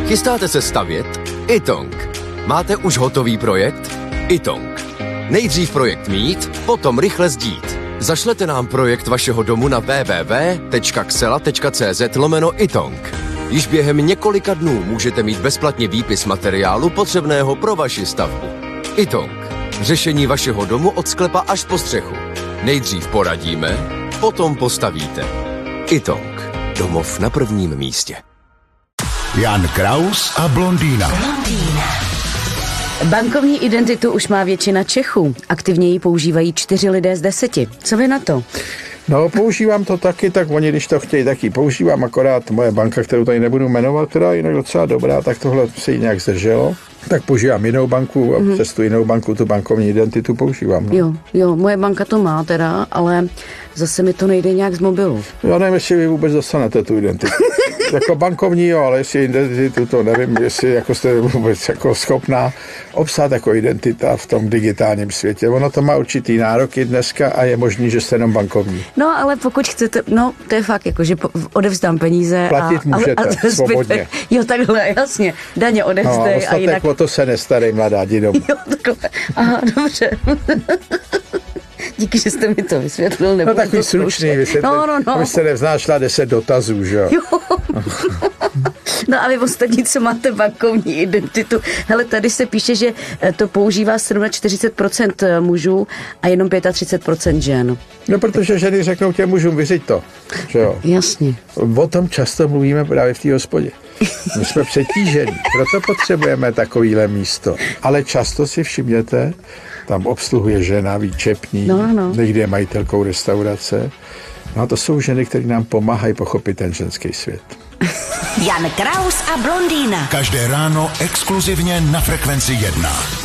Chystáte se stavět? iTong. Máte už hotový projekt? iTong. Nejdřív projekt mít, potom rychle sdít. Zašlete nám projekt vašeho domu na www.xela.cz/iTong. Již během několika dnů můžete mít bezplatně výpis materiálu potřebného pro vaši stavbu. iTong. Řešení vašeho domu od sklepa až po střechu. Nejdřív poradíme, potom postavíte. iTong. Domov na prvním místě. Jan Kraus a blondýna. Bankovní identitu už má většina Čechů. Aktivně ji používají 4 lidé z 10. Co vy na to? No, používám to taky, tak oni, když to chtějí, tak ji používám, akorát moje banka, kterou tady nebudu jmenovat, která je jinak docela dobrá, tak tohle se jí nějak zdrželo. Tak používám jinou banku a přes tu jinou banku tu bankovní identitu používám. No. Jo, moje banka to má teda, ale zase mi to nejde nějak z mobilu. Já nevím, jestli vy vůbec dostanete tu identitu. Jako bankovní, jo, ale jestli identitu, to nevím, jestli jako jste vůbec jako schopná obsát jako identita v tom digitálním světě. Ono to má určitý nároky dneska a je možný, že jste jenom bankovní. No, ale pokud chcete, no, to je fakt, jako, že odevzdám peníze. Platit můžete, svobodně. Jo, takhle, jasně, daně odevzdej no, a jinak. O to se nestarej, mladá, jdi domů. Jo, takhle, aha, dobře. Díky, že jste mi to vysvětlil. No takový stručný vysvětlil. No. Vy jste nevznášla 10 dotazů, že jo? No a vy ostatní, co máte bankovní identitu. Hele, tady se píše, že to používá 40% mužů a jenom 35% žen. No, protože ženy řeknou těm mužům, vyřiď to, že jo? Jasně. O tom často mluvíme právě v té hospodě. My jsme přetížení, proto potřebujeme takovýhle místo. Ale často si všimněte, tam obsluhuje žena, výčepní, někdy je majitelkou restaurace. No a to jsou ženy, které nám pomáhají pochopit ten ženský svět. Jan Kraus a blondýna. Každé ráno exkluzivně na Frekvenci 1.